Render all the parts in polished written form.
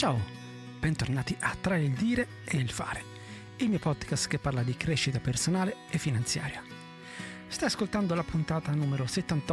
Ciao, bentornati a Tra il dire e il fare, il mio podcast che parla di crescita personale e finanziaria. Stai ascoltando la puntata numero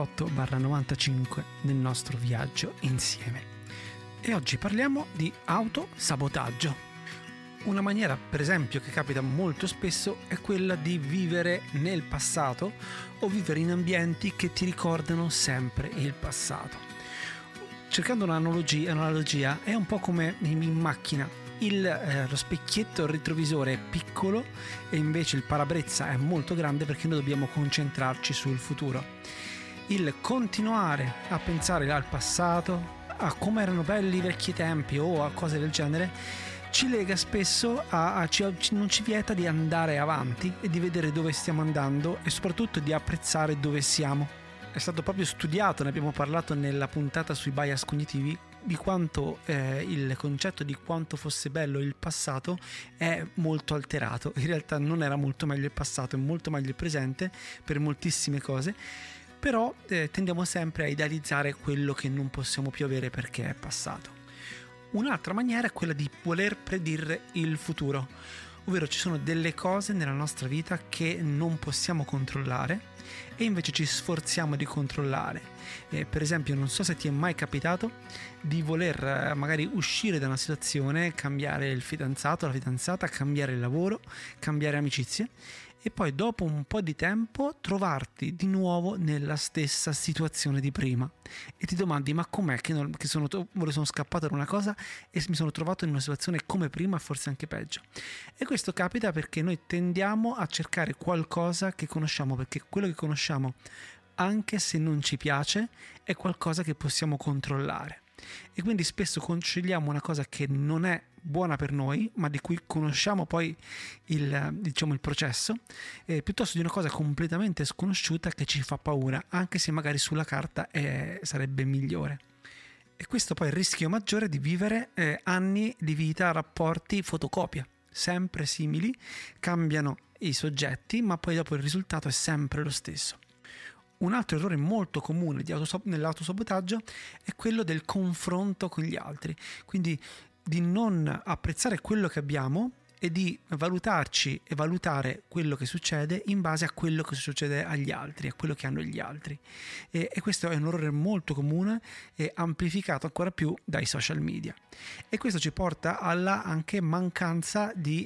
78/95 del nostro viaggio insieme. E oggi parliamo di autosabotaggio. Una maniera, per esempio, che capita molto spesso è quella di vivere nel passato o vivere in ambienti che ti ricordano sempre il passato. Cercando un'analogia, è un po' come in macchina. Lo specchietto, il retrovisore è piccolo e invece il parabrezza è molto grande perché noi dobbiamo concentrarci sul futuro. Il continuare a pensare al passato, a come erano belli i vecchi tempi o a cose del genere, ci lega spesso non ci vieta di andare avanti e di vedere dove stiamo andando e soprattutto di apprezzare dove siamo. È stato proprio studiato, ne abbiamo parlato nella puntata sui bias cognitivi, di quanto il concetto di quanto fosse bello il passato è molto alterato. In realtà non era molto meglio il passato, è molto meglio il presente per moltissime cose, però tendiamo sempre a idealizzare quello che non possiamo più avere perché è passato. Un'altra maniera è quella di voler predire il futuro, ovvero ci sono delle cose nella nostra vita che non possiamo controllare e invece ci sforziamo di controllare. Per esempio, non so se ti è mai capitato di voler magari uscire da una situazione, cambiare il fidanzato, la fidanzata, cambiare il lavoro, cambiare amicizie e poi dopo un po' di tempo trovarti di nuovo nella stessa situazione di prima e ti domandi: ma com'è che sono scappato da una cosa e mi sono trovato in una situazione come prima, forse anche peggio? E questo capita perché noi tendiamo a cercare qualcosa che conosciamo, perché quello che conosciamo, anche se non ci piace, è qualcosa che possiamo controllare. E quindi spesso scegliamo una cosa che non è buona per noi, ma di cui conosciamo poi il processo, piuttosto di una cosa completamente sconosciuta che ci fa paura, anche se magari sulla carta sarebbe migliore. E questo poi è il rischio maggiore di vivere anni di vita, rapporti, fotocopia, sempre simili, cambiano i soggetti, ma poi dopo il risultato è sempre lo stesso. Un altro errore molto comune nell'autosabotaggio è quello del confronto con gli altri, quindi di non apprezzare quello che abbiamo e di valutarci e valutare quello che succede in base a quello che succede agli altri, a quello che hanno gli altri. E questo è un errore molto comune e amplificato ancora più dai social media. E questo ci porta alla anche mancanza di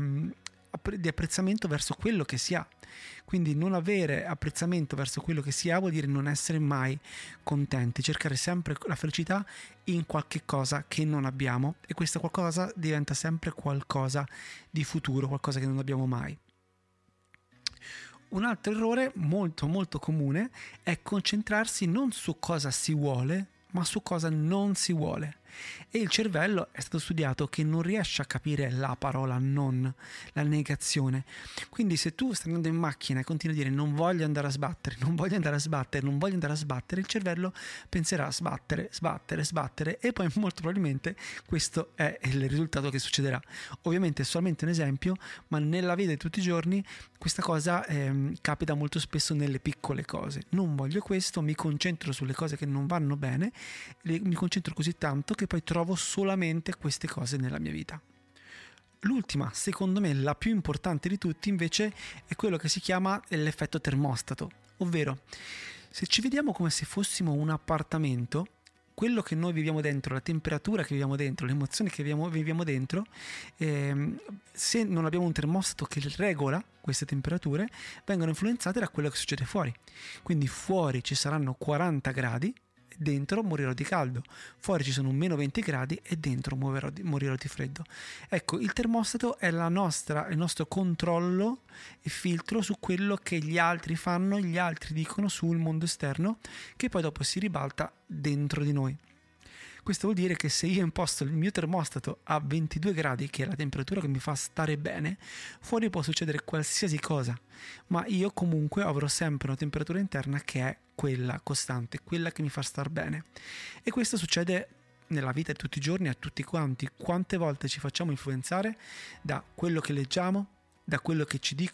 apprezzamento verso quello che si ha. Quindi non avere apprezzamento verso quello che si ha vuol dire non essere mai contenti, cercare sempre la felicità in qualche cosa che non abbiamo, e questa qualcosa diventa sempre qualcosa di futuro, qualcosa che non abbiamo mai. Un altro errore molto molto comune è concentrarsi non su cosa si vuole, ma su cosa non si vuole. E il cervello è stato studiato che non riesce a capire la parola non, la negazione. Quindi se tu stai andando in macchina e continui a dire non voglio andare a sbattere, non voglio andare a sbattere, non voglio andare a sbattere, il cervello penserà sbattere, sbattere, sbattere, e poi molto probabilmente questo è il risultato che succederà. Ovviamente è solamente un esempio, ma nella vita di tutti i giorni questa cosa capita molto spesso nelle piccole cose. Non voglio questo, mi concentro sulle cose che non vanno bene, mi concentro così tanto che poi trovo solamente queste cose nella mia vita. L'ultima, secondo me la più importante di tutti, invece, è quello che si chiama l'effetto termostato, ovvero se ci vediamo come se fossimo un appartamento, quello che noi viviamo dentro, la temperatura che viviamo dentro, le emozioni che viviamo dentro, se non abbiamo un termostato che regola queste temperature, vengono influenzate da quello che succede fuori. Quindi fuori ci saranno 40 gradi, dentro morirò di caldo, fuori ci sono meno 20 gradi e dentro morirò di freddo. Ecco, il termostato è il nostro controllo e filtro su quello che gli altri fanno, gli altri dicono sul mondo esterno, che poi dopo si ribalta dentro di noi. Questo vuol dire che se io imposto il mio termostato a 22 gradi, che è la temperatura che mi fa stare bene, fuori può succedere qualsiasi cosa, ma io comunque avrò sempre una temperatura interna che è quella costante, quella che mi fa star bene. E questo succede nella vita di tutti i giorni a tutti quanti. Quante volte ci facciamo influenzare da quello che leggiamo, da quello che ci dicono,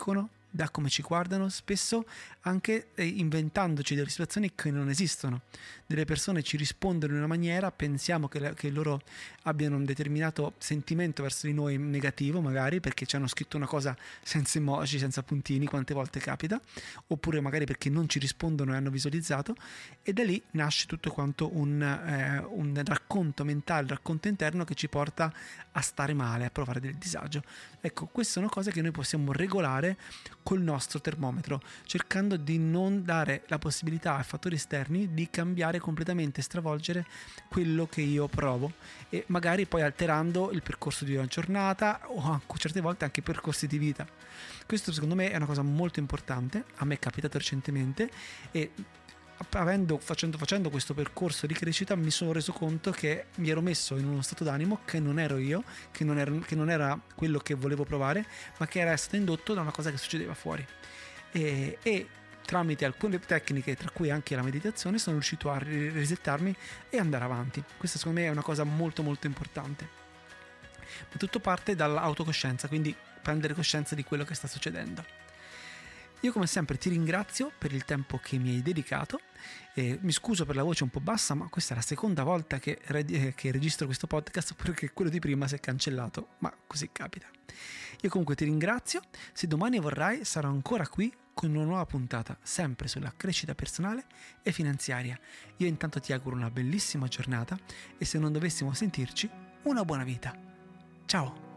da come ci guardano, spesso anche inventandoci delle situazioni che non esistono. Delle persone ci rispondono in una maniera, pensiamo che loro abbiano un determinato sentimento verso di noi negativo, magari perché ci hanno scritto una cosa senza emoji, senza puntini, quante volte capita, oppure magari perché non ci rispondono e hanno visualizzato, e da lì nasce tutto quanto un racconto mentale, un racconto interno che ci porta a stare male, a provare del disagio. Ecco, queste sono cose che noi possiamo regolare col nostro termometro, cercando di non dare la possibilità ai fattori esterni di cambiare completamente, stravolgere quello che io provo, e magari poi alterando il percorso di una giornata o certe volte anche i percorsi di vita. Questo secondo me è una cosa molto importante, a me è capitato recentemente, e facendo questo percorso di crescita mi sono reso conto che mi ero messo in uno stato d'animo che non ero io, che non era quello che volevo provare, ma che era stato indotto da una cosa che succedeva fuori, e tramite alcune tecniche, tra cui anche la meditazione, sono riuscito a risettarmi e andare avanti. Questa secondo me è una cosa molto molto importante, ma tutto parte dall'autocoscienza, quindi prendere coscienza di quello che sta succedendo. Io come sempre ti ringrazio per il tempo che mi hai dedicato, mi scuso per la voce un po' bassa, ma questa è la seconda volta che registro questo podcast, perché quello di prima si è cancellato, ma così capita. Io comunque ti ringrazio, se domani vorrai sarò ancora qui con una nuova puntata, sempre sulla crescita personale e finanziaria. Io intanto ti auguro una bellissima giornata e se non dovessimo sentirci, una buona vita. Ciao!